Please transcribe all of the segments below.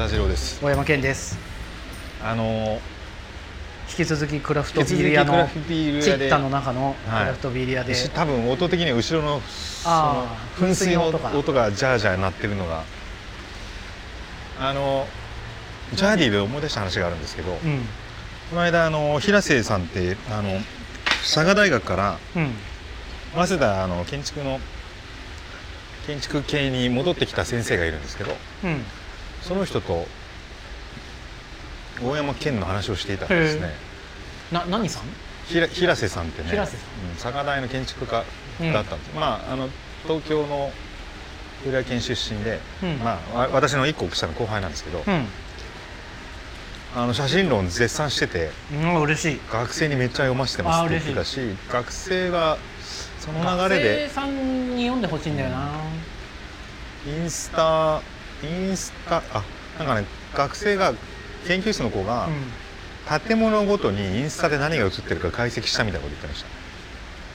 次郎です。 大山健です。引き続きクラフトビール屋のチッタの中のクラフトビール屋で、 多分音的には後ろのその噴水の音がジャージャー鳴ってるのがジャーディで思い出した話があるんですけど、この間平瀬さんって佐賀大学から、早稲田建築系に戻ってきた先生がいるんですけど、その人と大山健の話をしていたんですね。 何さん？ 平瀬さんってね、佐賀大の建築家だったんですよ。東京の浦和県出身で、私の1個下の後輩なんですけど、写真論絶賛してて、 嬉しい。 学生にめっちゃ読ませてますって言ってたし、学生がその流れで学生さんに読んでほしいんだよな。 インスタなんかね、学生が研究室の子が、建物ごとにインスタで何が写ってるか解析したみたいなこと言ってました。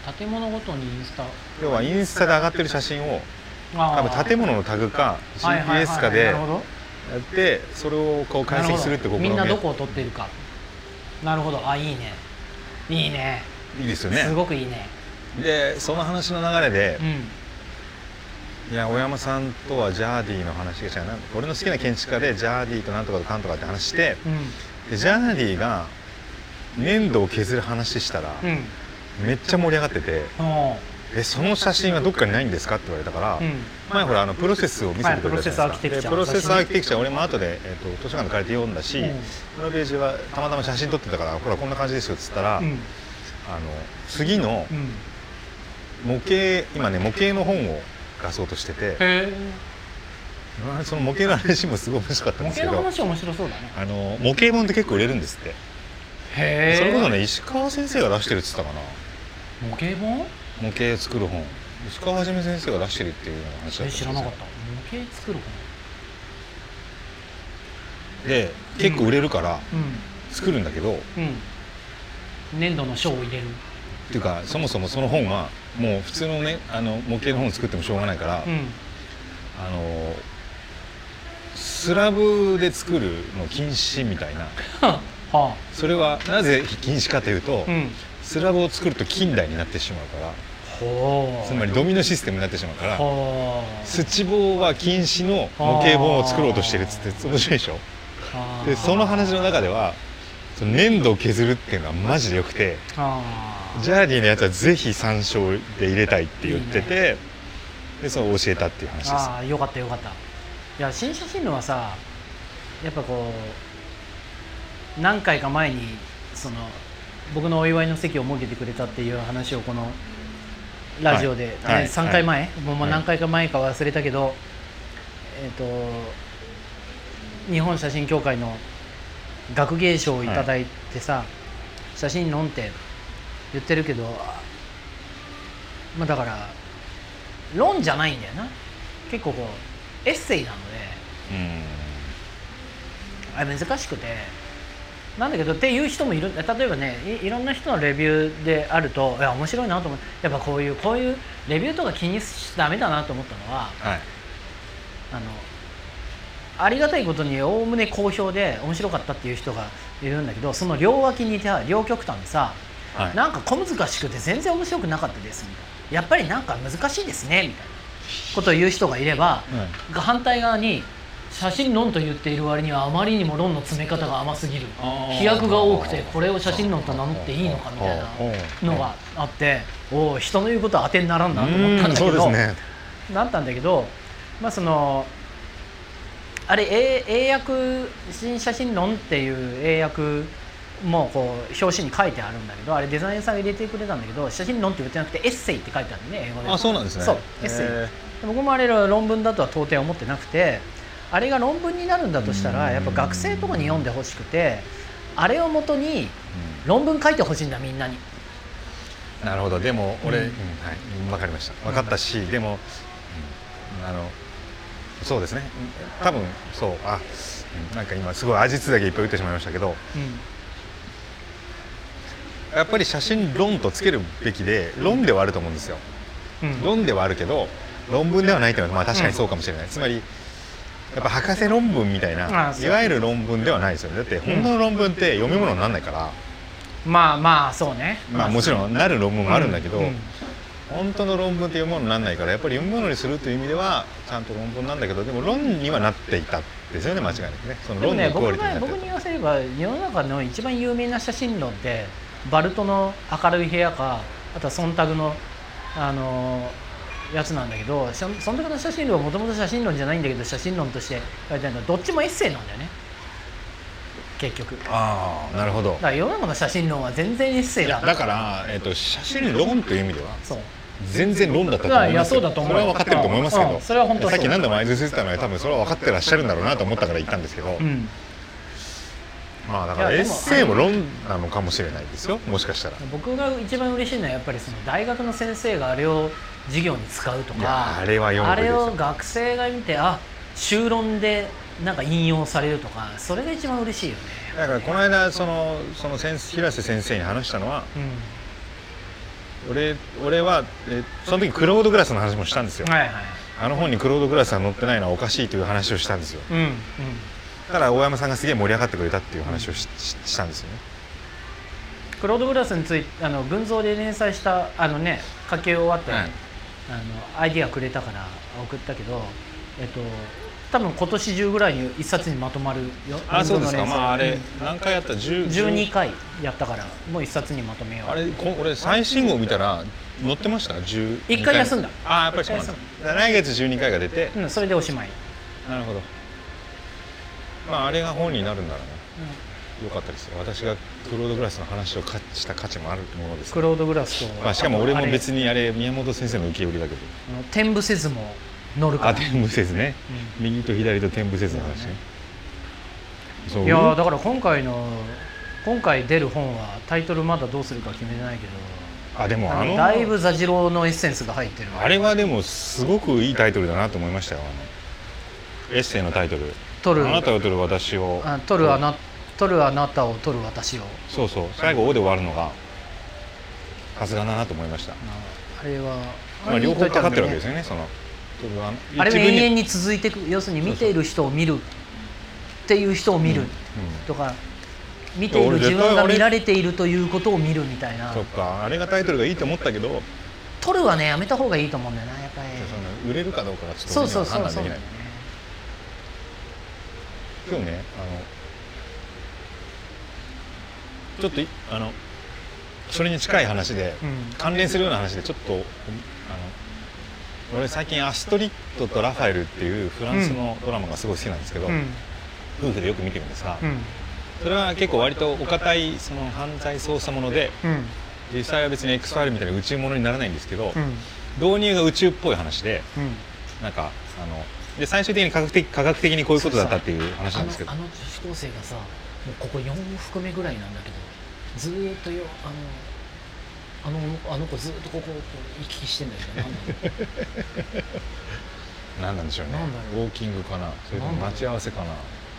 建物ごとにインスタ、 要はインスタで上がってる写真を多分建物のタグか GPS かでやって、それをこう解析するって試み。 みんなどこを撮ってるか。なるほど。いいね、いいね、 いいですよね。 すごくいいね。 でその話の流れで、いや大山さんとはジャーディの話が違うな、俺の好きな建築家でジャーディとなんとかとかんとかって話して、でジャーディが粘土を削る話したら、めっちゃ盛り上がってて、その写真はどっかにないんですかって言われたから、前ほらプロセスを見せてくれたじゃないですか。プロセスアーキテクチャ、俺も後で、図書館で借りて読んだし、このページはたまたま写真撮ってたから、ほらこんな感じですよっつったら、次の模型、今ね模型の本を出そうとしてて、その模型の話もすごい面白かったんですけど、 模型の話面白そうだね。 模型本って結構売れるんですって。それこそね石川先生が出してるっつったかな。 模型本？ 模型作る本、石川はじめ先生が出してるっていう話だったんですよ。 知らなかった。模型作る本で結構売れるから作るんだけど、 粘土の章を入れるっていうか、そもそもその本はもう普通のね模型の本を作ってもしょうがないから、スラブで作るの禁止みたいなそれはなぜ禁止かというと、スラブを作ると近代になってしまうから、つまりドミノシステムになってしまうから、土棒は禁止の模型本を作ろうとしてるっつって面白いでしょ。でその話の中ではその粘土を削るっていうのはマジでよくて、ジャーディのやつはぜひ参照で入れたいって言ってて、でそれを教えたっていう話です。 よかったよかった。いや新写真論はさ、やっぱこう何回か前に僕のお祝いの席を設けてくれたっていう話をこのラジオで、3回前、もう何回か前か忘れたけど、日本写真協会の学芸賞をいただいてさ、写真論って言ってるけど、だから論じゃないんだよな。結構こうエッセイなので、難しくてなんだけどっていう人もいる。例えばね、いろんな人のレビューであると、いや面白いなと思って、やっぱこういうレビューとか気にしちゃダメだなと思ったのは、ありがたいことにおおむね好評で面白かったっていう人がいるんだけど、その両脇にいた両極端でさ、なんか小難しくて全然面白くなかったですみたいな、やっぱりなんか難しいですねみたいなことを言う人がいれば、反対側に写真論と言っている割にはあまりにも論の詰め方が甘すぎる、飛躍が多くてこれを写真論と名乗っていいのかみたいなのがあって、人の言うことは当てにならんなと思ったんだけど、なったんだけど、あれ英訳新写真論っていう英訳もこう表紙に書いてあるんだけど、あれデザイナーさんが入れてくれたんだけど、写真論って言ってなくてエッセイって書いてあるんでね、英語で。 そうなんですね。 そうエッセイ。僕もあれ論文だとは到底思ってなくて、あれが論文になるんだとしたらやっぱ学生とかに読んでほしくて、あれをもとに論文書いてほしいんだみんなに。 なるほど。でも俺、分かりました。分かったし、でも、そうですね。多分そうなんか今すごい味つだけいっぱい打ってしまいましたけど、やっぱり写真論とつけるべきで、論ではあると思うんですよ。論ではあるけど論文ではないというのは確かにそうかもしれない。つまりやっぱ博士論文みたいないわゆる論文ではないですよね。だって本当の論文って読み物にならないから、 まあまあそうね、 まあもちろんなる論文もあるんだけど、本当の論文って読むものにならないから、やっぱり読み物にするという意味ではちゃんと論文なんだけど、でも論にはなっていたですよね、間違いなくね。その論のクオリティになってる。 僕に言わせれば世の中の一番有名な写真論ってバルトの明るい部屋か、あとはソンタグのやつなんだけど、ソンタグの写真論はもともと写真論じゃないんだけど写真論として書いてあるのはどっちもエッセイなんだよね結局。 ああ、なるほど。だから世の中の写真論は全然エッセイだ。 だから、写真論という意味ではそう全然論だったと思います。それは分かってると思いますけど、 それは本当さっき何度も合図してたのは多分それは分かってらっしゃるんだろうなと思ったから言ったんですけど、まあだからエッセイも論なのかもしれないですよ、もしかしたら。 僕が一番嬉しいのはやっぱりその大学の先生があれを授業に使うとか、 あれは読むべきですよ。 あれを学生が見て、あ、修論でなんか引用されるとか、それが一番嬉しいよね。 だからこの間その平瀬先生に話したのは、俺はその時クロードグラスの話もしたんですよ。あの本にクロードグラスが載ってないのはおかしいという話をしたんですよ。だから大山さんがすげえ盛り上がってくれたっていう話をしたんですよね。 クロードグラスについて群像で連載した書き終わって、アイディアくれたから送ったけど、多分今年中ぐらいに一冊にまとまるよ。 あ、そうですか。まああれ何回やった？ 12回やったからもう一冊にまとめよう。 あれ俺最新号見たら載ってました。 1回休んだ。 あ、やっぱりそうなんだ。来月12回が出て、 それでおしまい。 なるほど。まああれが本になるんならね、よかったですよ。私がクロードグラスの話をした価値もあるものです。 クロードグラスと、 まあしかも俺も別にあれ宮本先生の受け売りだけど、 転部せずも乗るから。 転部せずね、右と左と転部せずの話ね。 いやだから今回出る本はタイトルまだどうするか決めてないけど、 でもだいぶ座次郎のエッセンスが入ってる。 あれはでもすごくいいタイトルだなと思いましたよ。エッセイのタイトル、あなたを撮る私を撮るあなたを撮る私を、 そうそう、最後「お」で終わるのがさすがだなと思いました。 あれは両方かかってるわけですよね。そのあれも永遠に続いていく。要するに見ている人を見るっていう人を見るとか、見ている自分が見られているということを見るみたいな。 そっか、あれがタイトルがいいと思ったけど、 撮るはねやめた方がいいと思うんだよな、やっぱり。 売れるかどうかがちょっと判断できない。今日ね、ちょっとそれに近い話で、関連するような話でちょっと俺最近アストリッドとラファエルっていうフランスのドラマがすごい好きなんですけど、夫婦でよく見てるんですが、それは結構割とお堅いその犯罪捜査もので、実際は別に X ファイルみたいな宇宙ものにならないんですけど、導入が宇宙っぽい話で、なんかで最終的に科学的にこういうことだったっていう話なんですけど、 女子高生がさ、もうここ4往復目ぐらいなんだけど、ずーっとあの子ずっとここ行き来してんだけど、 何なんでしょうね。ウォーキングかな、それとも待ち合わせかな。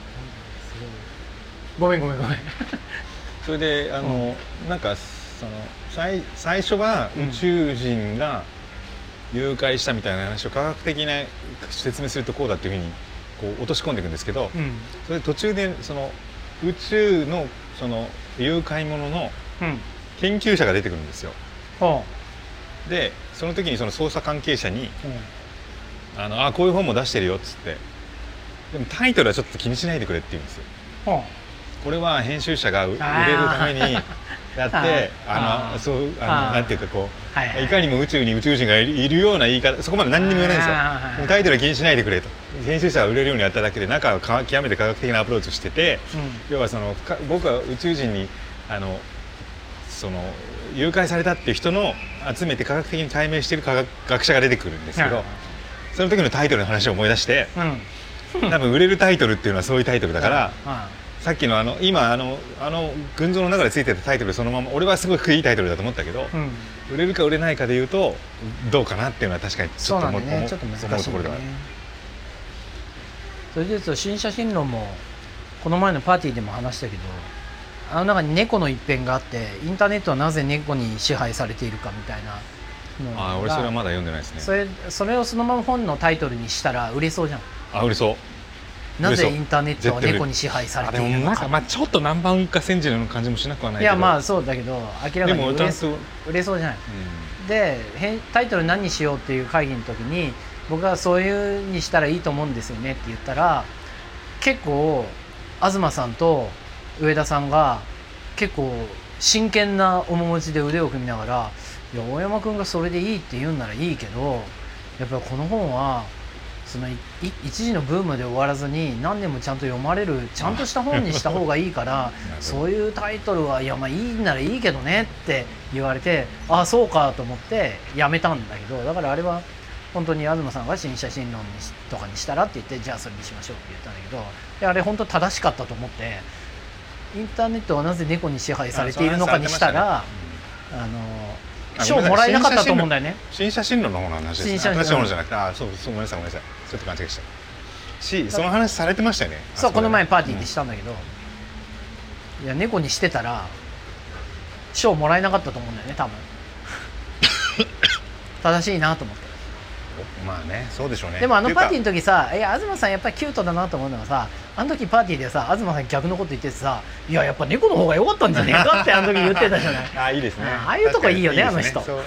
ごめんそれでなんかその最初は宇宙人が誘拐したみたいな話を科学的な説明するとこうだっていうふうにこう落とし込んでいくんですけど、それで途中でその宇宙のその誘拐者の研究者が出てくるんですよ。でその時にその捜査関係者にこういう本も出してるよっつって、でもタイトルはちょっと気にしないでくれって言うんですよ。これは編集者が売れるためにやってなんていうかこう、いかにも宇宙に宇宙人がいるような言い方、そこまで何にも言えないんですよ。タイトルは気にしないでくれと、編集者が売れるようにやっただけで中は極めて科学的なアプローチをしてて、要はその僕は宇宙人にその誘拐されたっていう人の集めて科学的に解明している学者が出てくるんですけど、その時のタイトルの話を思い出して、多分売れるタイトルっていうのはそういうタイトルだから、さっきの今群像の中でついてたタイトルそのまま俺はすごくいいタイトルだと思ったけど、売れるか売れないかでいうとどうかなっていうのは確かにちょっと思うところではある。 それでいうと新写真論もこの前のパーティーでも話したけど、あの中に猫の一編があって、インターネットはなぜ猫に支配されているかみたいなのが、 俺それはまだ読んでないですね。 それをそのまま本のタイトルにしたら売れそうじゃん。 売れそう。 なぜインターネットは猫に支配されているのか。 でもなんかちょっと南蛮か千住の感じもしなくはないけど。 いやまあそうだけど明らかに売れそうじゃない。でタイトル何にしようっていう会議の時に僕はそういうにしたらいいと思うんですよねって言ったら、結構東さんと上田さんが結構真剣な面持ちで腕を組みながら、いや大山君がそれでいいって言うんならいいけど、やっぱりこの本はその一時のブームで終わらずに何年もちゃんと読まれるちゃんとした本にした方がいいからそういうタイトルはいやまあいいならいいけどねって言われて、ああそうかと思ってやめたんだけど、だからあれは本当に東さんが新写真論とかにしたらって言って、じゃあそれにしましょうって言ったんだけど、であれ本当正しかったと思って、インターネットはなぜ猫に支配されているのかにしたら賞もらえなかったと思うんだよね。 新写真論の方の話ですね。新しいものじゃなくて、そうごめんなさいちょっと勘違いしたその話されてましたよね。 そうこの前パーティーでしたんだけど、いや猫にしてたら賞もらえなかったと思うんだよね多分正しいなと思って。 まあねそうでしょうね。 でもパーティーの時さ、いや東さんやっぱりキュートだなと思うのはさ、あの時パーティーでさ東さん逆のこと言っててさ、いややっぱ猫の方が良かったんじゃねえかってあの時言ってたじゃないいいですね。 ああいうとこいいよねあの人。 そう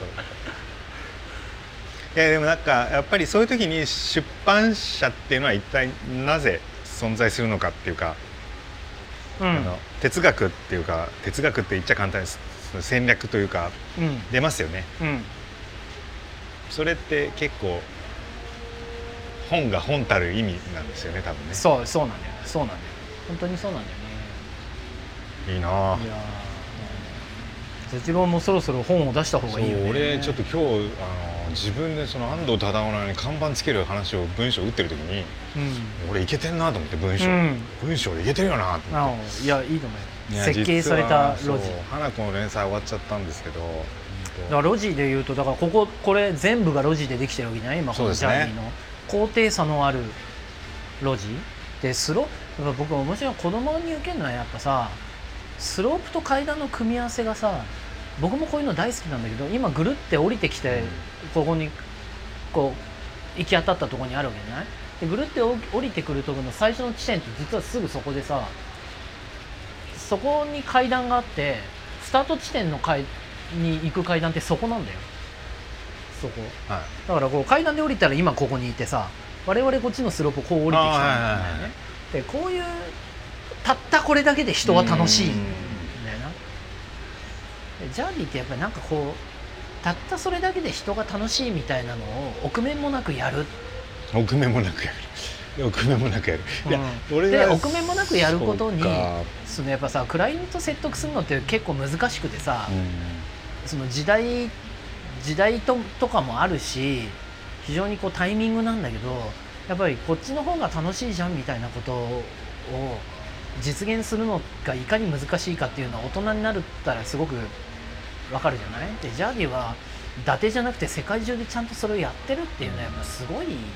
いやでもなんかやっぱりそういう時に出版社っていうのは一体なぜ存在するのかっていうか、哲学っていうか、哲学って言っちゃ簡単です。戦略というか、出ますよね。それって結構本が本たる意味なんですよね多分ね。 そうなんだよ本当にそうなんだよね。 いいなあ。 いや絶望もそろそろ本を出した方がいいよね。 俺ちょっと今日自分でその安藤忠雄の看板つける話を文章打ってる時に、俺いけてんなと思って文章でいけてるよなと思って。 いやいいと思うよ。設計された路地。 花子の連載終わっちゃったんですけど、 だから路地でいうとだからこれ全部が路地でできてるわけじゃない今このジャーニーの高低差のある路地で僕は面白い子供に受けるのはやっぱさ、スロープと階段の組み合わせがさ、僕もこういうの大好きなんだけど、今ぐるって降りてきてここにこう行き当たったところにあるわけじゃない。でぐるって降りてくるところの最初の地点って実はすぐそこでさ、そこに階段があってスタート地点のに行く階段ってそこなんだよ。そこ、だからこう階段で降りたら今ここにいてさ、我々こっちのスロープをこう降りてきたんだよね。でこういうたったこれだけで人は楽しいんだよな。ジャーディってやっぱりなんかこうたったそれだけで人が楽しいみたいなのを臆面もなくやる。 臆面もなくやる。いや臆面もなくやることにそのやっぱさクライアント説得するのって結構難しくてさ、その時代とかもあるし非常にこうタイミングなんだけど、やっぱりこっちの方が楽しいじゃんみたいなことを実現するのがいかに難しいかっていうのは大人になったらすごくわかるじゃない。でジャーディは伊達じゃなくて世界中でちゃんとそれをやってるっていうのはやっぱすごいよね。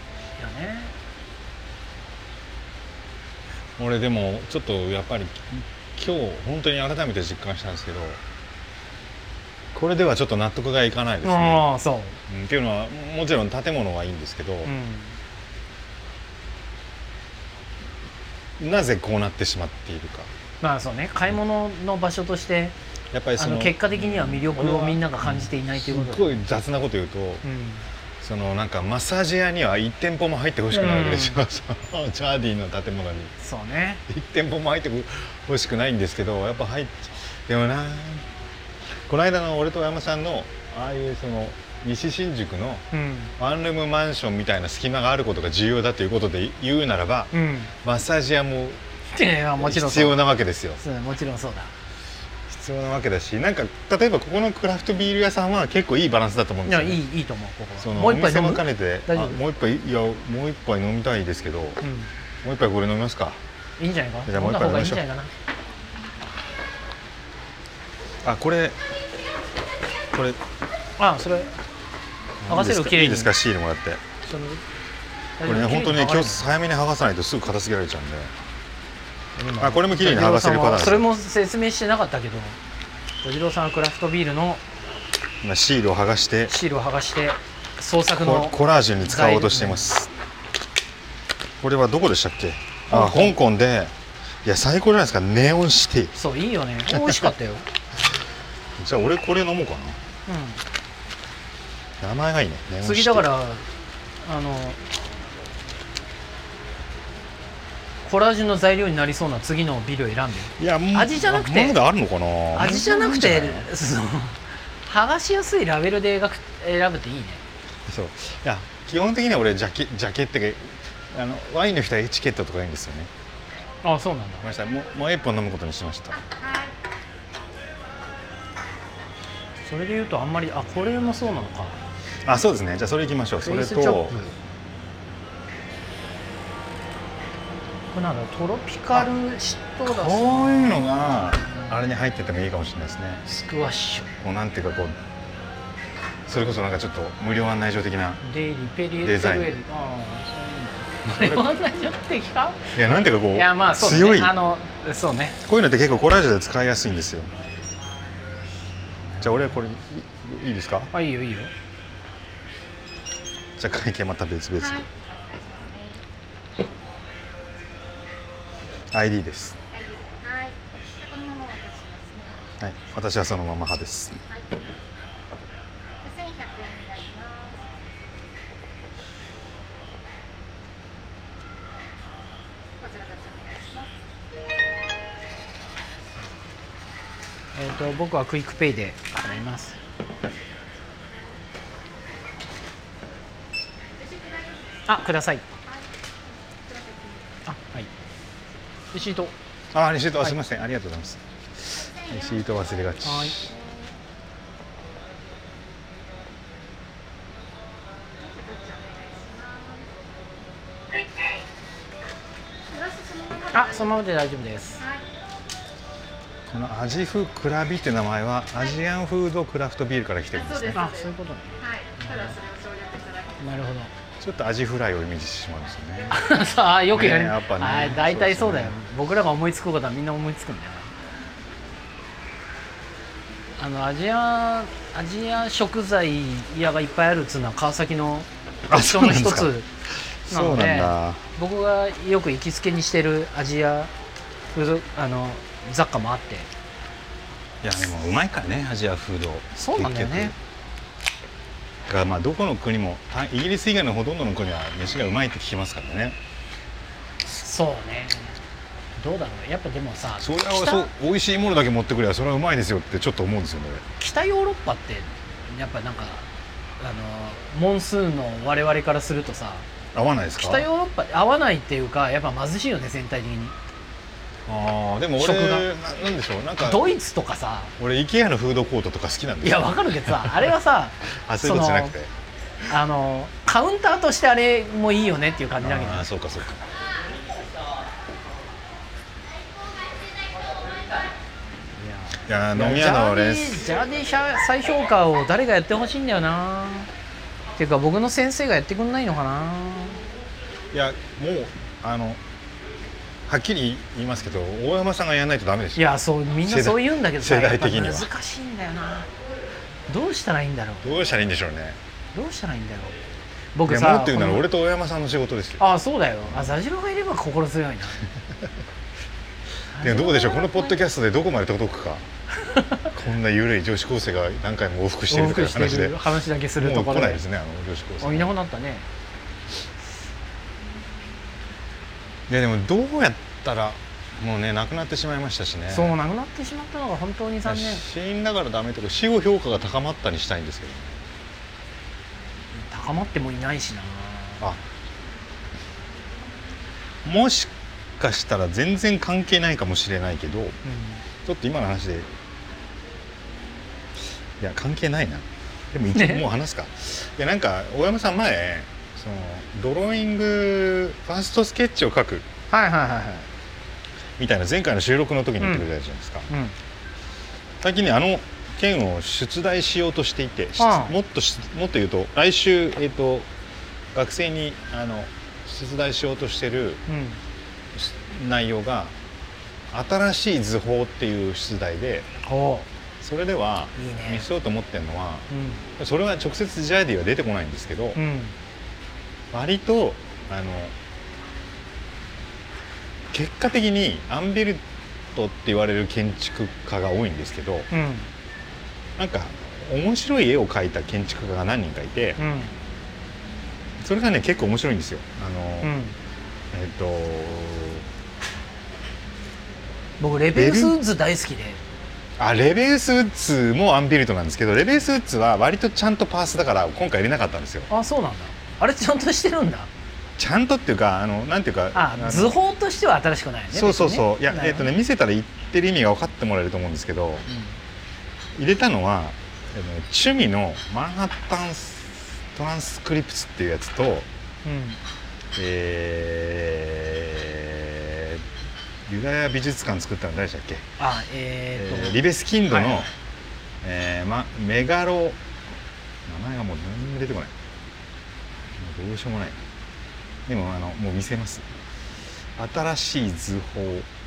俺でもちょっとやっぱり今日本当に改めて実感したんですけど、これではちょっと納得がいかないですね。 そう、 っていうのはもちろん建物はいいんですけど、なぜこうなってしまっているか。 まあそうね、買い物の場所としてやっぱり結果的には魅力をみんなが感じていないということで、 すごい雑なこと言うと、そのなんかマッサージ屋には1店舗も入ってほしくないわけですよ、ジャーディの建物に。 そうね、 1店舗も入ってほしくないんですけど、やっぱでもな、この間の俺と山さんのああいうその西新宿のワンルームマンションみたいな隙間があることが重要だということで言うならば、マッサージ屋も必要なわけですよ。 もちろんそうだ、 必要なわけだし、なんか例えばここのクラフトビール屋さんは結構いいバランスだと思うんですよね。 いいと思う。ここもう一杯飲む？兼ねてもう一杯飲みたいですけど、もう一杯これ飲みますか。 いいんじゃないか。 じゃあもう一杯飲みましょう。これそれ剥がせる。きれいにいいですか、シールもらって。これね、本当に今日早めに剥がさないとすぐ片付けられちゃうんで。これもきれいに剥がせるパターン。 それも説明してなかったけど、小次郎さんはクラフトビールの今シールを剥がして創作のコラージュに使おうとしています。 これはどこでしたっけ？香港で、いや最高じゃないですか、ネオンシティ。 そういいよね、美味しかったよじゃあ俺これ飲もうかな。名前がいいね。ネオンシティ。 次だからコラージュの材料になりそうな次のビルを選んで。 いやもう味じゃなくて、 まだあるのかな。 味じゃなくて剥がしやすいラベルで選ぶっていいね。 そう。いや基本的には俺ジャケってワインの人はエチケットとかいいんですよね。 あ、そうなんだ。 ごめんなさい、もう1本飲むことにしました。 それでいうとあんまり、これもそうなのか。 あ、そうですね。じゃあそれいきましょう。それとこれなんだ、トロピカルシトラス。 こういうのがあれに入っててもいいかもしれないですね。 スクワッシュ。 こうなんていうかこうそれこそなんかちょっと無料案内所的なデザイン。 無料案内所的か？ いやなんていうかこう、 いやまあそうね、 強いそうね。 こういうのって結構コラージュで使いやすいんですよ。じゃあ俺これいいですか？ いいよいいよ。 じゃあ会計また別々で。ID です。はい、私はそのまま派です。 僕はクイックペイで払います。ください。はい。レシート。 レシート、すみません、ありがとうございます。レシート忘れがち。はい。 そのままで大丈夫です。 このアジフクラビって名前はアジアンフードクラフトビールから来てるんですね。 そういうことね。はい。ただそれを省略いただきます。なるほど。 ちょっとアジフライをイメージしてしまうんですよね。 さあよくやる。 やっぱね。 大体そうだよ。僕らが思いつくことはみんな思いつくんだよな。アジア食材屋がいっぱいあるっつうのは川崎の特徴の一つなので、僕がよく行きつけにしてるアジア雑貨もあって。 いやでもうまいからね、アジアフード。 そうなんだよね。 まあどこの国もイギリス以外のほとんどの国は飯がうまいって聞きますからね。 そうね。どうだろう。やっぱでもさ、 それは美味しいものだけ持ってくればそれはうまいですよってちょっと思うんですよね。 北ヨーロッパってやっぱなんかモンスーンの我々からするとさ、 合わないですか？ 北ヨーロッパ合わないっていうか、やっぱ貧しいよね、全体的に。 でも俺なんでしょう、なんかドイツとかさ、 俺 IKEA のフードコートとか好きなんですよ。 いや分かるけどさ、あれはさそういうことじゃなくてカウンターとしてあれもいいよねっていう感じだけど。 そうかそうか。いや飲み屋のレースジャーディ再評価を誰がやってほしいんだよな。っていうか僕の先生がやってくんないのかな。 いやもうはっきり言いますけど、大山さんがやらないとダメですよ。 いやそうみんなそう言うんだけどさ、 世代的には難しいんだよな。どうしたらいいんだろう。 どうしたらいいんでしょうね。 どうしたらいいんだろう。僕さ、 もっと言うなら俺と大山さんの仕事ですよ。 そうだよ。ザジロがいれば心強いな。 でもどうでしょう、このポッドキャストでどこまで届くか。こんな緩い女子高生が何回も往復してるという話だけするところでもう来ないですね、女子高生。 いなくなったね。 いやでもどうやったらもうねなくなってしまいましたしね。 そうなくなってしまったのが本当に残念。 死因だからダメとか死後評価が高まったにしたいんですけどね。 高まってもいないしな。 もしかしたら全然関係ないかもしれないけど、ちょっと今の話でいや関係ないな。でも一応もう話すか。いやなんか大山さん前そのドローイングファーストスケッチを描くみたいな前回の収録の時に言ってくれたじゃないですか。最近ね件を出題しようとしていて、もっと言うと来週学生に出題しようとしてる内容が新しい図法っていう出題で、それでは見せようと思ってるのは、それは直接ジャーディは出てこないんですけど、割と結果的にアンビルトって言われる建築家が多いんですけど、なんか面白い絵を描いた建築家が何人かいて、それがね結構面白いんですよ。 僕レベウスウッズ大好きで。 レベウスウッズもアンビルトなんですけど、レベウスウッズは割とちゃんとパースだから今回入れなかったんですよ。 そうなんだ。あれちゃんとしてるんだ。 ちゃんとっていうかなんていうか図法としては新しくないね。 そう、いや見せたら言ってる意味が分かってもらえると思うんですけど、入れたのは趣味のマンハッタントランスクリプツっていうやつと、ユダヤ美術館作ったの誰でしたっけ？リベスキンドの、メガロ、名前がもう何も出てこない。どうしようもない。でももう見せます。新しい図法。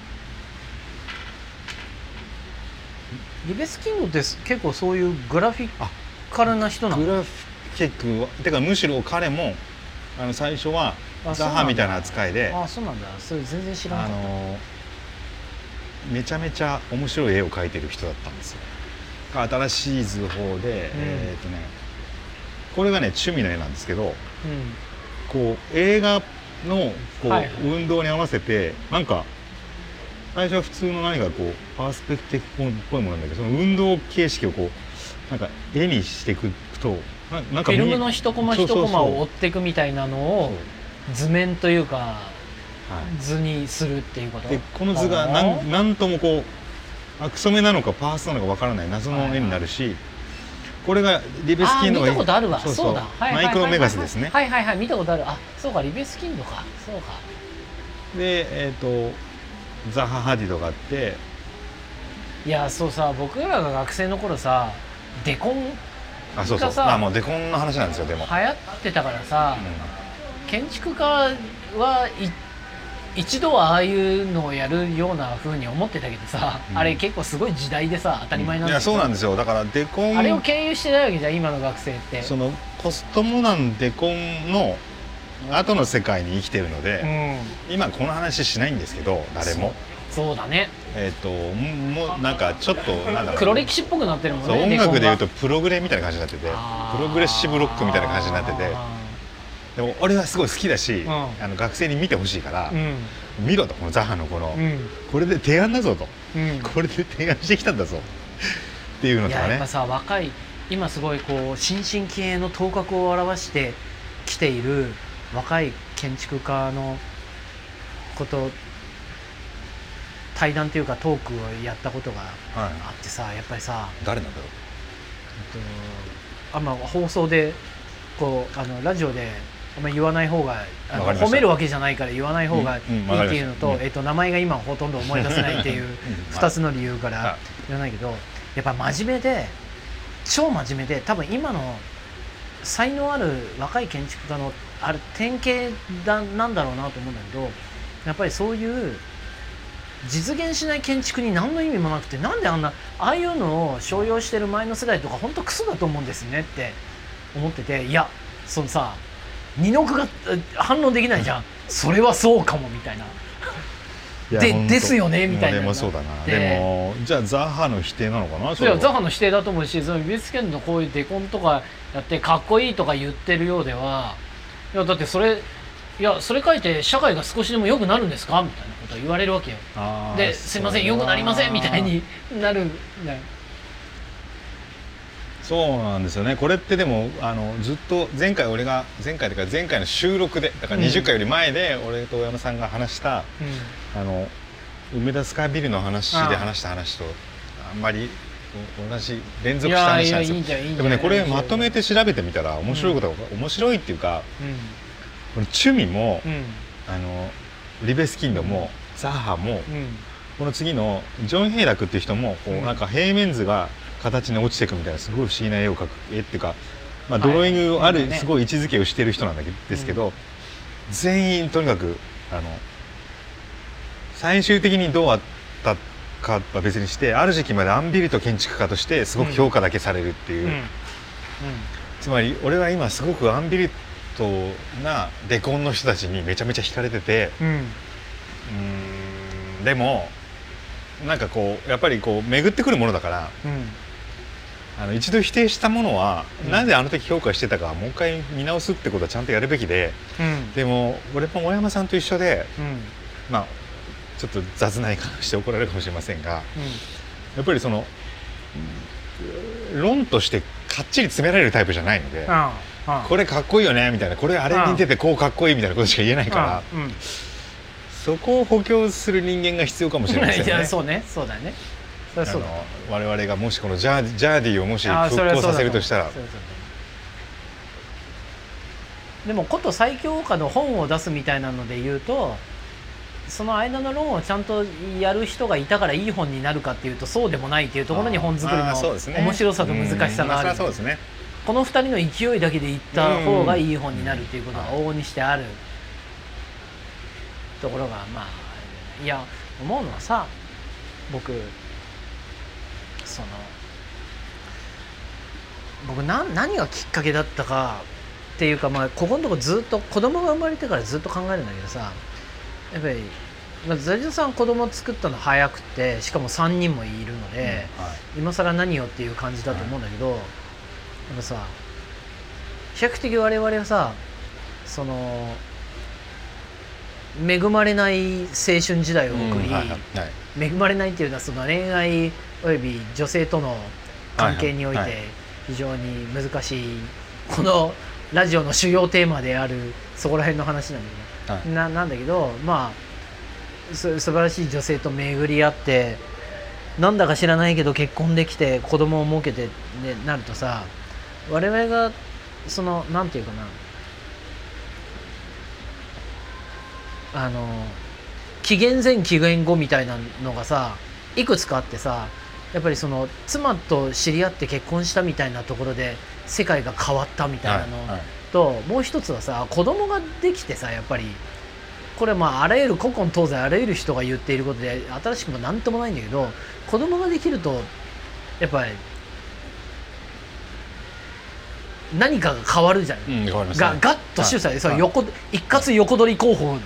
リベスキンドって結構そういうグラフィカルな人なの？ グラフィックてかむしろ彼も最初はザハみたいな扱いで。 そうなんだ。それ全然知らなかった。 めちゃめちゃ面白い絵を描いてる人だったんですよ。新しい図法で、これがね趣味の絵なんですけど、こう映画のこう、運動に合わせてなんか最初は普通の何かこうパースペクティブっぽいものなんだけど、その運動形式をこうなんか絵にしていくとなんかフィルムの一コマ一コマを追っていくみたいなのを図面というか図にするっていうことで、 この図がなんともこうクソメなのかパースなのかわからない謎の絵になるし、これがリベスキンドが見たことあるわ。そうだ、 マイクロメガスですね。 見たことある。そうか、リベスキンドか。そうか。 でザハ・ハディドがあって、 いやそうさ、僕らが学生の頃さデコンがさもうデコンの話なんですよ。でも流行ってたからさ、建築家は一度はああいうのをやるような風に思ってたけどさ、あれ結構すごい時代でさ当たり前なんだけど、 そうなんですよ。だからデコンあれを経由してないわけじゃん今の学生って。 そのポストモダンデコンの後の世界に生きてるので、今この話しないんですけど誰も。 そうだね。 もうなんかちょっとなんだろう、 黒歴史っぽくなってるもんね。 音楽でいうとプログレみたいな感じになってて、プログレッシブロックみたいな感じになってて、でも俺はすごい好きだし、学生に見てほしいから、見ろと、このザハのこの、これで提案だぞと、これで提案してきたんだぞっていうのとかね。 やっぱさ、若い今すごいこう新進気鋭の頭角を表してきている若い建築家のこと対談というかトークをやったことがあってさ、やっぱりさ、 誰なんだろう。 放送でこうラジオであんまり言わない方が褒めるわけじゃないから言わない方がいいっていうのと、名前が今ほとんど思い出せないっていう2つの理由から言わないけど、やっぱ真面目で超真面目で、多分今の才能ある若い建築家のある典型なんだろうなと思うんだけど、やっぱりそういう実現しない建築に何の意味もなくて、なんでああいうのを商用してる前の世代とか本当クソだと思うんですねって思ってて、いやそのさ二の句が反応できないじゃんそれはそうかもみたいなですよねみたいな。 でもそうだな。でもじゃあザハの否定なのかな。 それはザハの否定だと思うし、その美術館のこういうデコンとかやってかっこいいとか言ってるようでは、いやだってそれ書いて社会が少しでも良くなるんですかみたいなことを言われるわけよ。ですいません良くなりませんみたいになるね。 そうなんですよね。これってでもずっと前回の収録でだから20回より前で俺と大山さんが話した、梅田スカイビルの話で話した話とあんまり同じ連続した話なんですよ。でもねこれまとめて調べてみたら面白いことが、面白いっていうか、このチュミも、リベスキンドもザハも、この次のジョン・ヘイラクっていう人もこうなんか平面図が形に落ちていくみたいなすごい不思議な絵を描く絵っていうか、ドローイングあるすごい位置づけをしてる人なんですけど、全員とにかく最終的にどうあったかは別にして、ある時期までアンビルト建築家としてすごく評価だけされるっていう、つまり俺は今すごくアンビルトなデコンの人たちにめちゃめちゃ惹かれてて、 でもなんかこうやっぱりこう巡ってくるものだから、一度否定したものは、なぜあの時評価してたかもう一回見直すってことはちゃんとやるべきで、でも俺も大山さんと一緒で、まあちょっと雑な言い方して怒られるかもしれませんが、やっぱりその論としてかっちり詰められるタイプじゃないので、これかっこいいよねみたいな、これあれに似ててこうかっこいいみたいなことしか言えないから、そこを補強する人間が必要かもしれませんね。 いやそうね、そうだね。そそうだ。 我々がもしこのジャーディをもし復興させるとしたら、 でもこと最強家の本を出すみたいなので言うと、その間の論をちゃんとやる人がいたからいい本になるかっていうとそうでもないっていうところに本作りの面白さと難しさがある。この2人の勢いだけでいった方がいい本になるっていうことが往々にしてあるところが、まあいや思うのはさ、僕何がきっかけだったかっていうか、まあここのとこずっと子供が生まれてからずっと考えるんだけどさ、やっぱりザリドさん子供作ったの早くて、しかも3人もいるので、今更何よっていう感じだと思うんだけど、やっぱさ比較的我々はさ、その恵まれない青春時代を送り、恵まれないっていうのはその恋愛および女性との関係において非常に難しい、このラジオの主要テーマであるそこら辺の話なんだけど、なんだけど、まあ素晴らしい女性と巡り合って、なんだか知らないけど結婚できて子供を設けてってなるとさ、我々がそのなんていうかな、紀元前紀元後みたいなのがさいくつかあってさ、やっぱりその妻と知り合って結婚したみたいなところで世界が変わったみたいなのと、もう一つはさ子供ができてさ、やっぱりこれまああらゆる古今東西あらゆる人が言っていることで新しくもなんともないんだけど、子供ができるとやっぱり何かが変わるじゃん、変わりますね、ガッと主催、一括横取り候補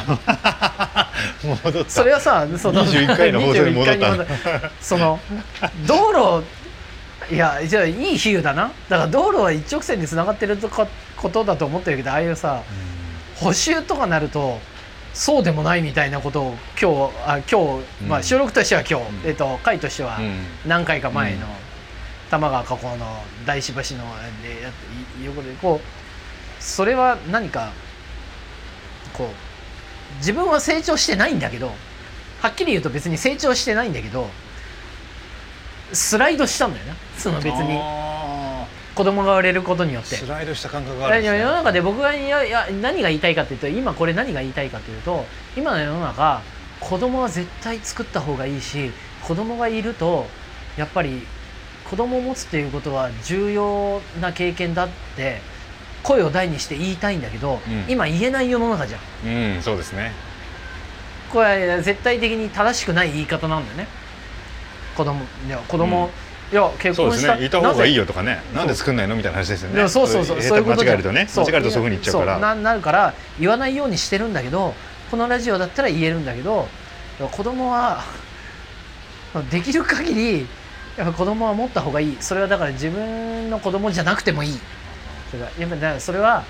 それはさ、その 21回の放送に戻ったその道路、いやじゃあいい比喩だな。だから道路は一直線につながってることだと思ってるけど、ああいうさ補修とかなるとそうでもないみたいなことを今日、まあ収録としては今日、回としては何回か前の多摩川河口の大師橋の横でこう、それは何かこう自分は成長してないんだけど、はっきり言うと別に成長してないんだけどスライドしたんだよな、その別に子供が生まれることによってスライドした感覚があるんですね。 世の中で僕が何が言いたいかというと、今これ何が言いたいかというと、今の世の中子供は絶対作った方がいいし、子供がいるとやっぱり子供を持つということは重要な経験だって声を大にして言いたいんだけど、今言えない世の中じゃん。 そうですね。 これは絶対的に正しくない言い方なんだよね。子供いや結婚した、 いた方がいいよとかね、なんで作んないのみたいな話ですよね。 そういうこと間違えるとね、間違えるとそういうふうに言っちゃうから、 なるから言わないようにしてるんだけど、このラジオだったら言えるんだけど、子供はできる限りやっぱ子供は持った方がいい。それはだから自分の子供じゃなくてもいい。やっぱりそれは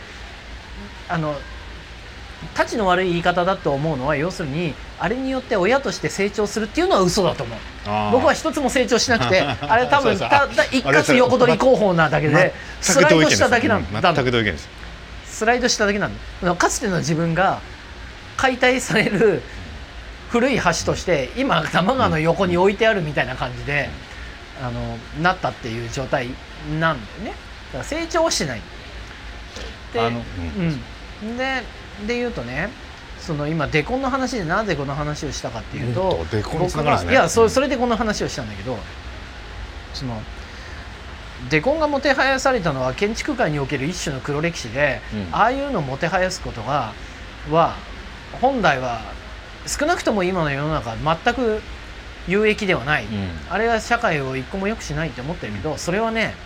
たちの悪い言い方だと思うのは、要するにあれによって親として成長するっていうのは嘘だと思う。僕は一つも成長しなくてあれ多分一括横取り候補なだけでスライドしただけなんだ。 全く同意見です。 スライドしただけなんだ。かつての自分が解体される古い橋として今多摩川の横に置いてあるみたいな感じでなったっていう状態なんだよね。だから成長してない。で言うとね、その今デコンの話でなぜこの話をしたかっていうと、 デコンにつながるんですね。 いやそれでこの話をしたんだけど、そのデコンがもてはやされたのは建築界における一種の黒歴史で、ああいうのをもてはやすことは本来は少なくとも今の世の中全く有益ではない、あれは社会を一個も良くしないって思ってるけど、それはね、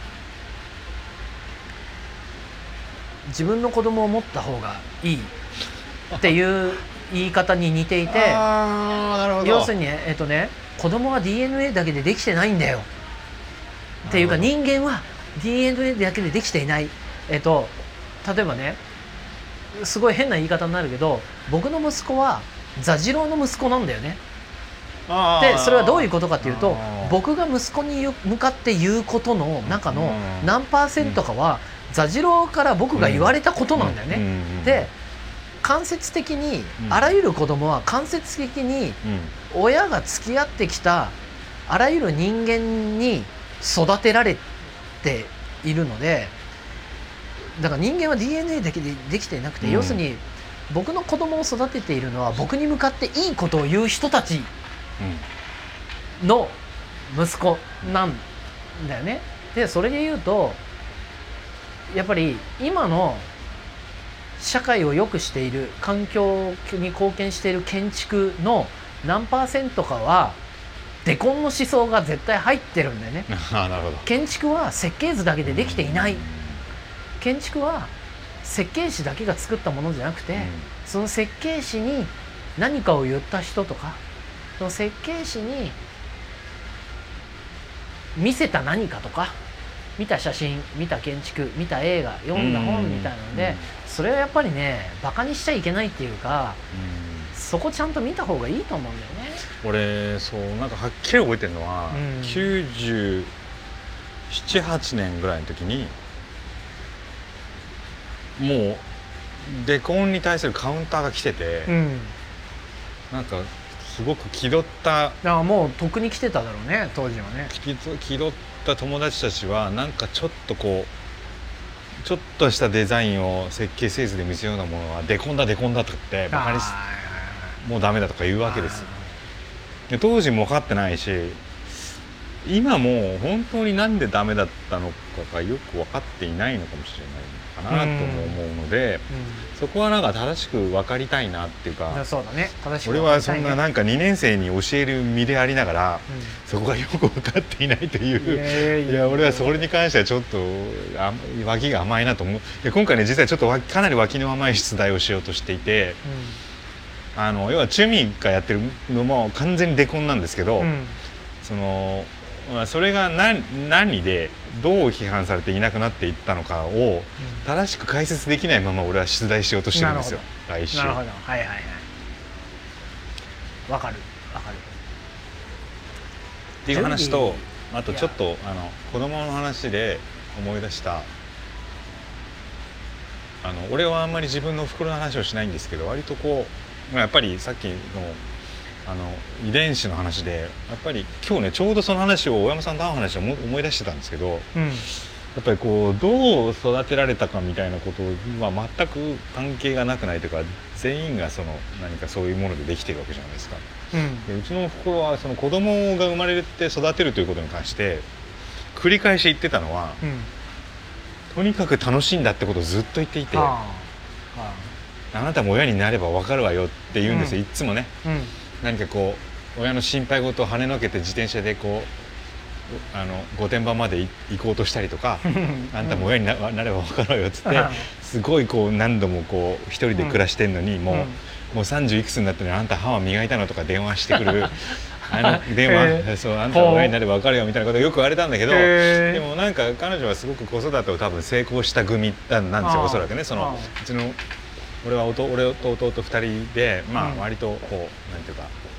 自分の子供を持った方がいいっていう言い方に似ていて、 なるほど。 要するに子供は DNA だけでできてないんだよっていうか、人間は DNA だけでできていない。例えばね、すごい変な言い方になるけど、僕の息子は座次郎の息子なんだよね。でそれはどういうことかというと、僕が息子に向かって言うことの中の何%かは座次郎から僕が言われたことなんだよね。で間接的にあらゆる子供は間接的に親が付き合ってきたあらゆる人間に育てられているので、だから人間は DNA だけでできていなくて、要するに僕の子供を育てているのは僕に向かっていいことを言う人たちの息子なんだよね。でそれで言うとやっぱり今の社会を良くしている、環境に貢献している建築の何%かはデコンの思想が絶対入ってるんだよね。 なるほど。 建築は設計図だけでできていない。建築は設計士だけが作ったものじゃなくて、その設計士に何かを言った人とか、その設計士に見せた何かとか、見た写真、見た建築、見た映画、読んだ本みたいなので、それはやっぱりねバカにしちゃいけないっていうか、そこちゃんと見た方がいいと思うんだよね。 俺なんかはっきり覚えてるのは、97、8年ぐらいの時にもうデコンに対するカウンターが来てて、なんかすごく気取った、 もうとっくに来てただろうね、当時はね。 気取った友達たちはなんかちょっとちょっとしたデザインを設計せずで見せるようなものはデコンだとかってバカにもうダメだとか言うわけです。で当時も分かってないし、今も本当になんでダメだったのかがよく分かっていないのかもしれないかなとも思うので、そこはなんか正しく分かりたいなっていうか。 そうだね、正しく俺はそんななんか2年生に教える身でありながら、そこがよく分かっていないという、いや俺はそれに関してはちょっと脇が甘いなと思う。で今回ね実はちょっとかなり脇の甘い出題をしようとしていて、要はチュミがやってるのも完全にデコンなんですけど、それが何でどう批判されていなくなっていったのかを正しく解説できないまま俺は出題しようとしてるんですよ、来週。 なるほど、はいはいはい、わかるっていう話と、あとちょっと子供の話で思い出した、俺はあんまり自分のおふくろの話をしないんですけど、割とやっぱりさっきの遺伝子の話で、やっぱり今日ねちょうどその話を大山さんと会う話を思い出してたんですけど、やっぱりどう育てられたかみたいなことは全く関係がなくないというか、全員が何かそういうものでできてるわけじゃないですか。でうちのおふくろは子供が生まれて育てるということに関して繰り返し言ってたのは、とにかく楽しいんだってことをずっと言っていて、あなたも親になれば分かるわよって言うんですよ、いつもね。何か親の心配事を跳ねのけて自転車で御殿場まで行こうとしたりとかあんたも親になれば分かるわよっつってすごい何度も一人で暮らしてんのに、もう30いくつになったのにあんた歯は磨いたのとか電話してくる電話、そうあんたも親になれば分かるよみたいなことをよく言われたんだけど、でもなんか彼女はすごく子育てを多分成功した組なんですよ、おそらくね。うちの俺と弟2人で、割となんていうか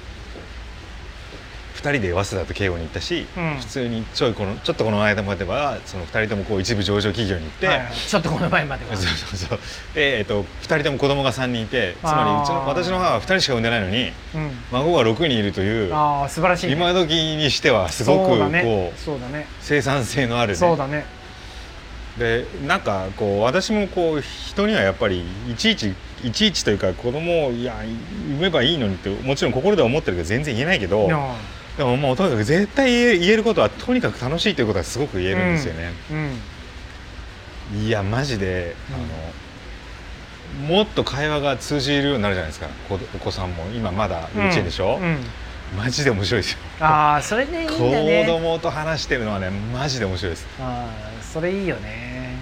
2人で早稲田と慶応に行ったし、普通にちょっとこの間までは2人とも一部上場企業に行って、 ちょっとこの前まではそうで、2人とも子供が3人いて、つまり私の母は2人しか産んでないのに、孫が6人いるという、 素晴らしい、 今時にしてはすごく生産性のあるね。 そうだね。 でなんか私も人にはやっぱりいちいちというか、子供を産めばいいのにってもちろん心では思ってるけど全然言えないけど、でももうとにかく絶対言えることはとにかく楽しいということはすごく言えるんですよね。いやマジで、もっと会話が通じるようになるじゃないですか、お子さんも。今まだ幼稚園でしょ、マジで面白いですよ。 それでいいんだね。 子供と話してるのはねマジで面白いです。 それいいよね。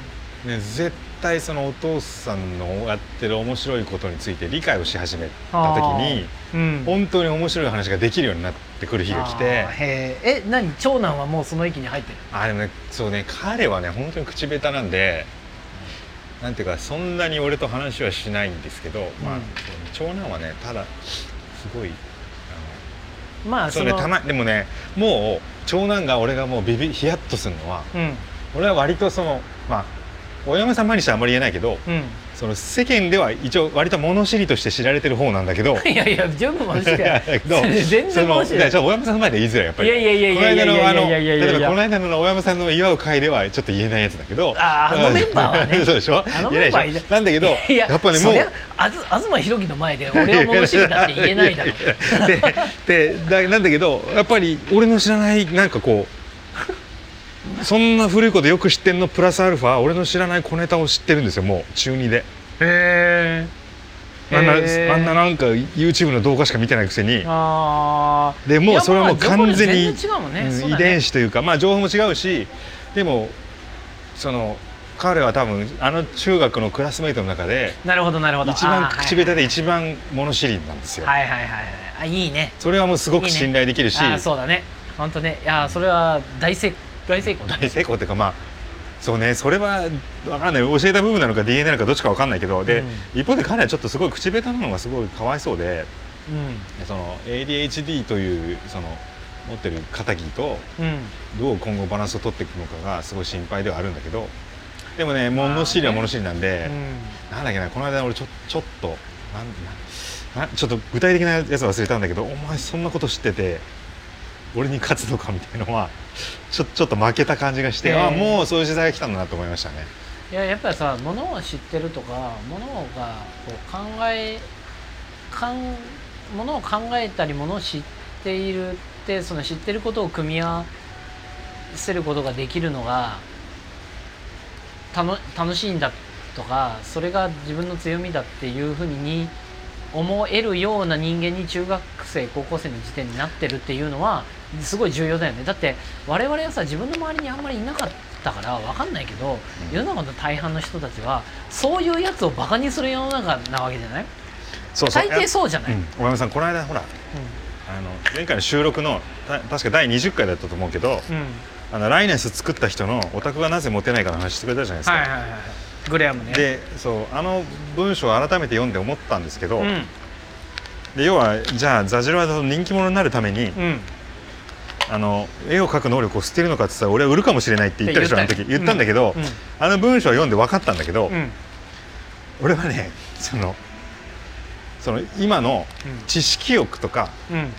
ね、絶対そのお父さんのやってる面白いことについて理解をし始めた時に、本当に面白い話ができるようになってくる日が来て。 何長男はもうその域に入ってる？ でもね、そうね、彼はね本当に口下手なんで、なんていうかそんなに俺と話はしないんですけど、長男はねただすごいそうね、でもね、もう長男が俺がもうヒヤッとするのは、俺は割とその大山さん毎日はあんまり言えないけど、その世間では一応割と物知りとして知られてる方なんだけど、 いやいや十分物知りだけど全然物知りだ。 大山さんの前で言いづらいやっぱり。例えばこの間の大山さんの祝う会ではちょっと言えないやつだけど、 あのメンバーはねそうでしょ、言えないでしょ。なんだけどやっぱね、もう東博樹の前で俺は物知りだって言えないだろでなんだけど、やっぱり俺の知らないなんかこうそんな古いことよく知ってんのプラスアルファ俺の知らない小ネタを知ってるんですよ、もう中2で。あんななんか YouTube の動画しか見てないくせに。でもうそれはもう完全に遺伝子というか、情報も違うし、でもその彼は多分中学のクラスメイトの中で一番口下手で一番物知りなんですよ。 いいね。 それはもうすごく信頼できるし。 そうだね、本当ね。いやそれは大成功っていうか、そうね、それは分かんない、教えた部分なのか DNA なのかどっちか分かんないけど、で一方で彼はちょっとすごい口下手なのがすごいかわいそうで、その ADHD というその持ってる肩着とどう今後バランスを取っていくのかがすごい心配ではあるんだけど、でもね、物知りは物知りなんで、なんだっけな、この間俺ちょっと具体的なやつ忘れたんだけど、お前そんなこと知ってて俺に勝つのかみたいなのはちょっと負けた感じがして、もうそういう時代が来たんだなと思いましたね。 やっぱりさ、ものを知ってるとか、ものを考えたり、ものを知っているって、その知ってることを組み合わせることができるのが楽しいんだとか、それが自分の強みだっていうふうに思えるような人間に中学生高校生の時点になってるっていうのはすごい重要だよね。だって我々はさ、自分の周りにあんまりいなかったから分かんないけど、世の中の大半の人たちはそういうやつをバカにする世の中なわけじゃない？大抵そうじゃない？ 大山さん、この間ほら、前回の収録の確か第20回だったと思うけど、ライネス作った人のオタクがなぜモテないかの話してくれたじゃないですか。 グレアムね。 で、文章を改めて読んで思ったんですけど、で要はじゃあザジロワの人気者になるために、絵を描く能力を捨てるのかって言ったら俺は売るかもしれないって言ったでしょ、あの時言ったんだけど、あの文章を読んで分かったんだけど、俺はね、その今の知識欲とか、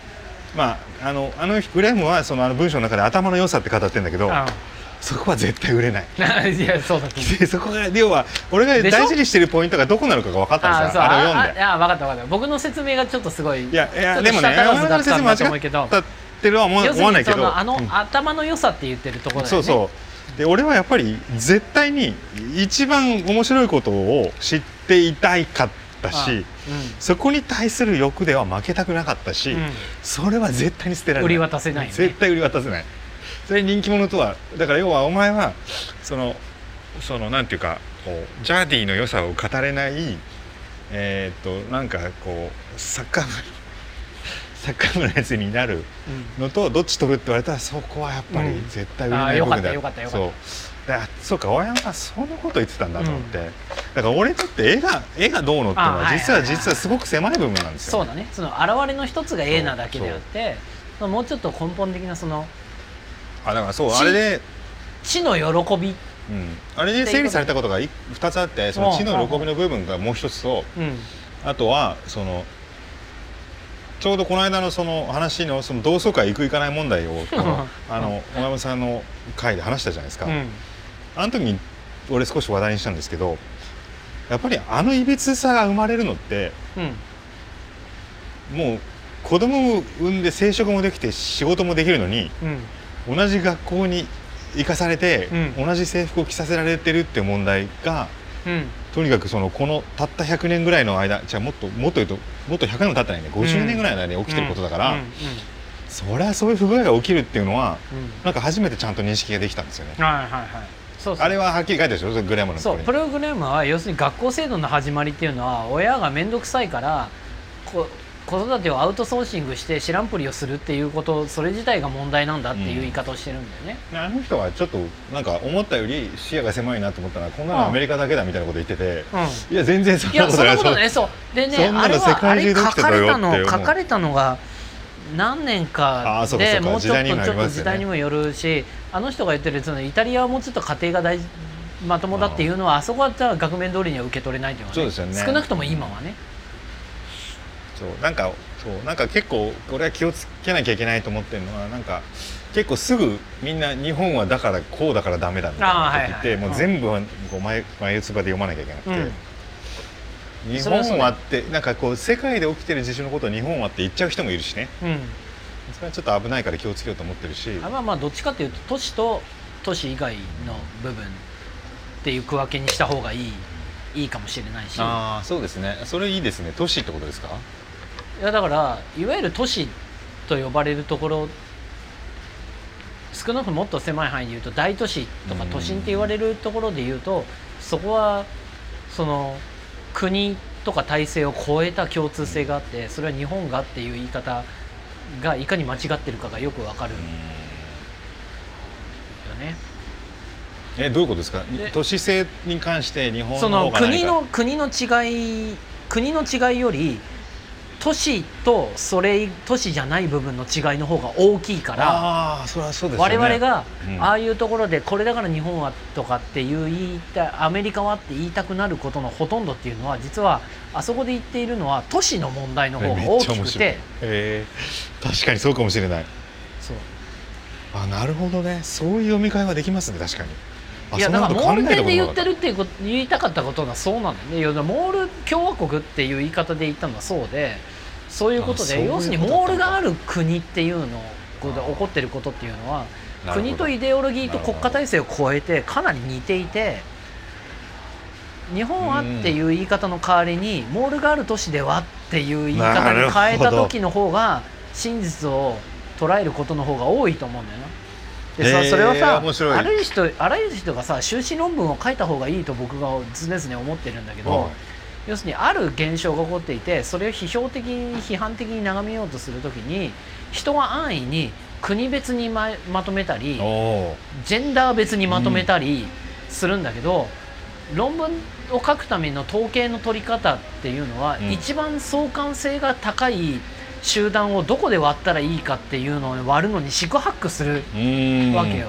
グレアムはあの文章の中で頭の良さって語ってるんだけど、そこは絶対売れない。 いや、そうだでそこが要は俺が大事にしてるポイントがどこなのかが分かったんですよ、あれを読んで。 分かった。僕の説明がちょっとすごい、 いやでもね、山田の説明間違ったってるは思わないけど、 頭の良さって言ってるところだよね。 そうで、俺はやっぱり絶対に一番面白いことを知っていたいかったし、そこに対する欲では負けたくなかったし、それは絶対に捨てられない。売り渡せないよね。絶対売り渡せない。それ人気者とは、だから要はお前はそのなんていうか、こうジャーディの良さを語れない、なんかこうサッカー部のやつになるのとどっち取るって言われたら、そこはやっぱり絶対売れない部分だ。 よかった。 そうか、大山はそのこと言ってたんだと思って、だから俺にとって絵がどうのっていうのは実はすごく狭い部分なんですよ。 そうだね、その現れの一つが絵なだけであって、もうちょっと根本的なだからあれで知の喜び、 あれで整理されたことが2つあって、その知の喜びの部分がもう一つと、あとはちょうどこの間のその話の同窓会行く行かない問題を大山さんの会で話したじゃないですか。あの時に俺少し話題にしたんですけど、やっぱりいびつさが生まれるのって、もう子供を産んで生殖もできて仕事もできるのに、同じ学校に行かされて、同じ制服を着させられてるっていう問題が、とにかくこのたった100年ぐらいの間、じゃあもっと言うともっと100年も経ってないね、50年ぐらいの間に起きてることだから、そりゃそういう不具合が起きるっていうのは、なんか初めてちゃんと認識ができたんですよね。 そうそう、 あれははっきり書いてるでしょ、グラムの。 そう、プログラムは要するに学校制度の始まりっていうのは親が面倒くさいから子育てをアウトソーシングして知らんぷりをするっていうこと、それ自体が問題なんだっていう言い方をしてるんだよね、 あの人はちょっとなんか思ったより視野が狭いなと思ったら、こんなのアメリカだけだみたいなこと言ってて、いや全然そんなことない。いやそんなことね。そうでね、あれは書かれたのが何年かで、もうちょっと時代にもよるし、あの人が言ってるそのイタリアはもうちょっと家庭がまともだっていうのは、あそこは額面通りには受け取れないというのは、 そうですよね、 少なくとも今はね。 なんか結構これは気をつけなきゃいけないと思ってるのは、なんか結構すぐみんな日本はだからこうだからダメだみたいなこと言って、もう全部こう前つばで読まなきゃいけなくて、日本はってなんかこう世界で起きてる地震のことを日本はって言っちゃう人もいるしね、それはちょっと危ないから気をつけようと思ってるし、 まあどっちかっていうと都市と都市以外の部分っていう区分けにした方がいいかもしれないし。 ああそうですね、それいいですね。都市ってことですか。 いやだからいわゆる都市と呼ばれるところ、少なくとももっと狭い範囲で言うと大都市とか都心って言われるところで言うと、そこはその国とか体制を超えた共通性があって、それは日本がっていう言い方がいかに間違ってるかがよくわかるよね。 どういうことですか。都市性に関して日本の方が何か国の違いより都市と都市じゃない部分の違いの方が大きいから、 それはそうですよね、 我々がああいうところでこれだから日本はとかっていうアメリカはって言いたくなることのほとんどっていうのは、実はあそこで言っているのは都市の問題の方が大きくて、 確かにそうかもしれない。 そうなるほどね、そういう読み替えはできますね。確かに。 いやだからモールで言ってるって言いたかったことはそうなんだよね。モール共和国っていう言い方で言ったのはそうで、そういうことで、要するにモールがある国っていうので起こってることっていうのは、国とイデオロギーと国家体制を超えてかなり似ていて、日本はっていう言い方の代わりにモールがある都市ではっていう言い方に変えた時の方が真実を捉えることの方が多いと思うんだよな。でさ、それはさ、あらゆる人がさ修士論文を書いた方がいいと僕が常々思ってるんだけど、要するにある現象が起こっていて、それを批判的に眺めようとするときに、人は安易に国別に まとめたりジェンダー別にまとめたりするんだけど、論文を書くための統計の取り方っていうのは、一番相関性が高い集団をどこで割ったらいいかっていうのを割るのに四苦八苦するわけよ。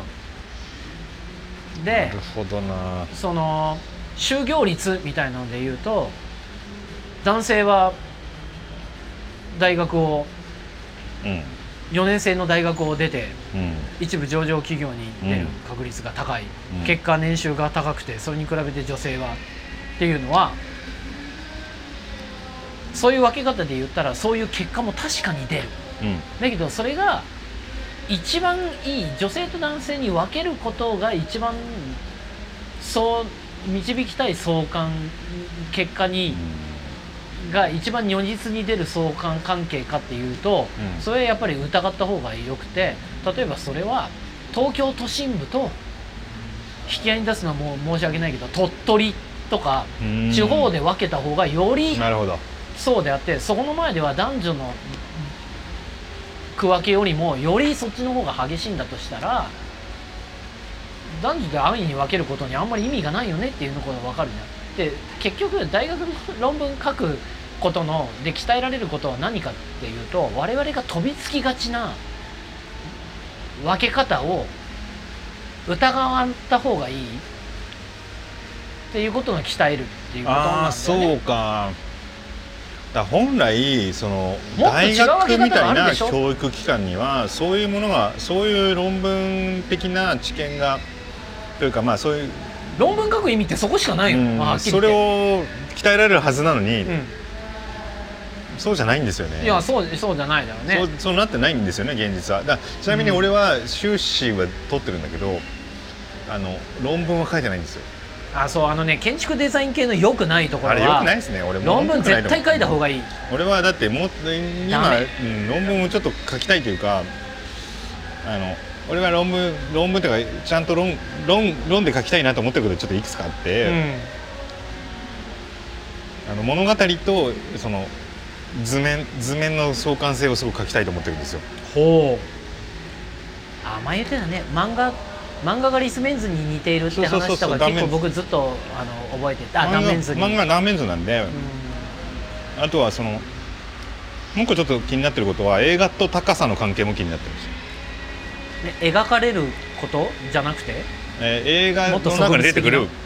で、 なるほどな。 その就業率みたいなので言うと、男性は大学を、4年生の大学を出て、一部上場企業に出る確率が高い、結果年収が高くて、それに比べて女性はっていうのは、そういう分け方で言ったらそういう結果も確かに出る、だけどそれが一番いい、女性と男性に分けることが一番そう導きたい相関結果に、が一番如実に出る相関関係かっていうと、それはやっぱり疑った方がよくて、例えばそれは東京都心部と引き合いに出すのはもう申し訳ないけど、鳥取とか地方で分けた方がよりそうであって、そこの前では男女の区分けよりもよりそっちの方が激しいんだとしたら、男女で安易に分けることにあんまり意味がないよねっていうのが分かるんだ。で結局大学の論文書くことので鍛えられることは何かっていうと、我々が飛びつきがちな分け方を疑わった方がいいっていうことが鍛えるっていうことなんだよね。 そうか。本来その大学みたいな教育機関にはそういうものが、そういう論文的な知見がというか、そういう論文書く意味ってそこしかないよ、 それを鍛えられるはずなのに、そうじゃないんですよね。 いやそうじゃないだろうね。 そうなってないんですよね、現実は。ちなみに俺は修士は取ってるんだけど、論文は書いてないんですよ。 建築デザイン系の良くないところは、 あれ良くないですね。俺も論文絶対書いた方がいい。 俺はだって今論文をちょっと書きたいというか、 俺は論文というかちゃんと論で書きたいなと思ってることちょっといくつかあって、物語とその図面の相関性をすごく書きたいと思ってるんですよ。 ほう。前言ってたね、漫画がリスメンズに似ているって話とか結構僕ずっと覚えてて、断面図に漫画断面図なんで、あとはそのもう一個ちょっと気になってることは映画と高さの関係も気になってるんですよ。 描かれることじゃなくて、 映画の中に出てくる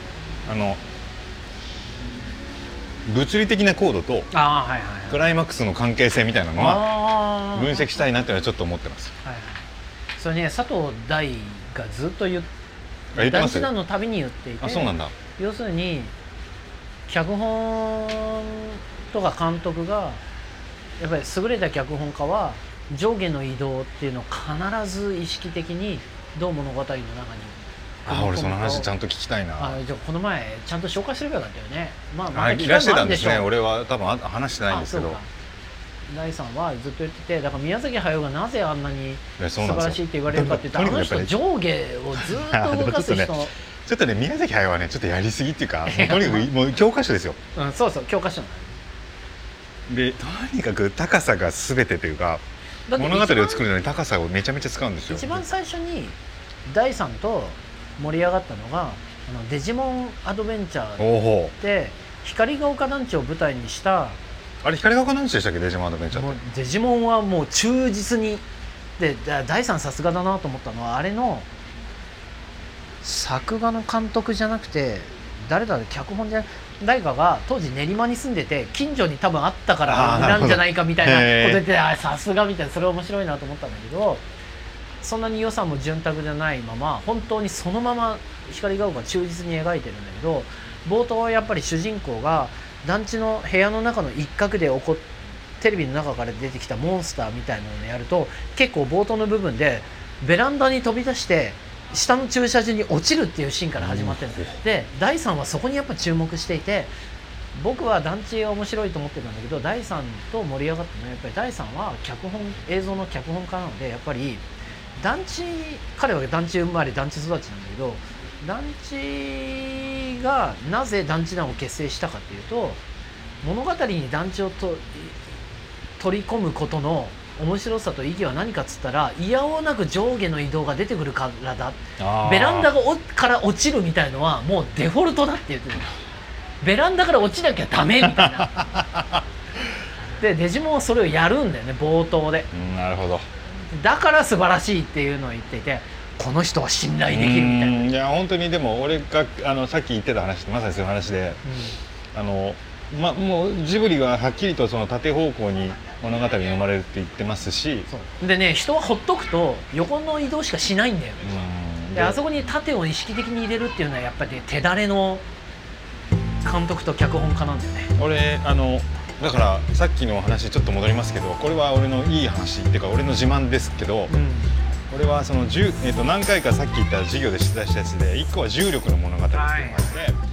物理的な高度とクライマックスの関係性みたいなのは分析したいなっていうのはちょっと思ってます。 それね、佐藤大がずっと言ってます。団地のたびに言っていて、 そうなんだ。 要するに脚本とか監督がやっぱり優れた脚本家は上下の移動っていうのを必ず意識的にどう物語の中に俺その話ちゃんと聞きたいな。 じゃあこの前ちゃんと紹介すればよかったよね。 いらしてたんですね。俺は多分話してないんですけど、 大さんはずっと言ってて、だから宮崎駿がなぜあんなに素晴らしいって言われるかって言ったら、あの人上下をずっと動かす人ちょっとね、宮崎駿はねちょっとやりすぎっていうか、とにかくもう教科書ですよ。 そう教科書で、とにかく高さが全てというか、物語を作るのに高さをめちゃめちゃ使うんですよ。 一番最初に大さんと盛り上がったのがデジモンアドベンチャーで光が丘団地を舞台にした、 あれ光が丘団地でしたっけ、デジモンアドベンチャーって。 デジモンはもう忠実にで、大さんさすがだなと思ったのは、あれの作画の監督じゃなくて誰だ、脚本じゃない、誰かが当時練馬に住んでて近所に多分あったからなんじゃないかみたいなこと言って、さすがみたいな、それ面白いなと思ったんだけど、そんなに予算も潤沢じゃないまま本当にそのまま光が丘忠実に描いてるんだけど、冒頭はやっぱり主人公が団地の部屋の中の一角でテレビの中から出てきたモンスターみたいなのをやると、結構冒頭の部分でベランダに飛び出して下の駐車場に落ちるっていうシーンから始まってるんです。で、大さんはそこにやっぱ注目していて、僕は団地が面白いと思ってたんだけど、大さんと盛り上がったのはやっぱり大さんは映像の脚本家なので、やっぱり彼は団地生まれ団地育ちなんだけど、団地がなぜ団地団を結成したかっていうと、物語に団地を取り込むことの面白さと意義は何かっつったら、いやおうなく上下の移動が出てくるからだ。ベランダから落ちるみたいのはもうデフォルトだって言ってる。ベランダから落ちなきゃダメみたいなでデジモンはそれをやるんだよね、冒頭で。 なるほど。 だから素晴らしいっていうのを言っていて、この人は信頼できるみたいな。 いや本当に、でも俺がさっき言ってた話ってまさにそういう話で、もうジブリがはっきりとその縦方向に物語が生まれるって言ってますし、 でね、人はほっとくと横の移動しかしないんだよ。であそこに縦を意識的に入れるっていうのはやっぱり手だれの監督と脚本家なんだよね。 俺だからさっきの話ちょっと戻りますけど、これは俺のいい話っていうか俺の自慢ですけど、俺はその何回かさっき言った授業で出題したやつで、1個は重力の物語っていうのがあって、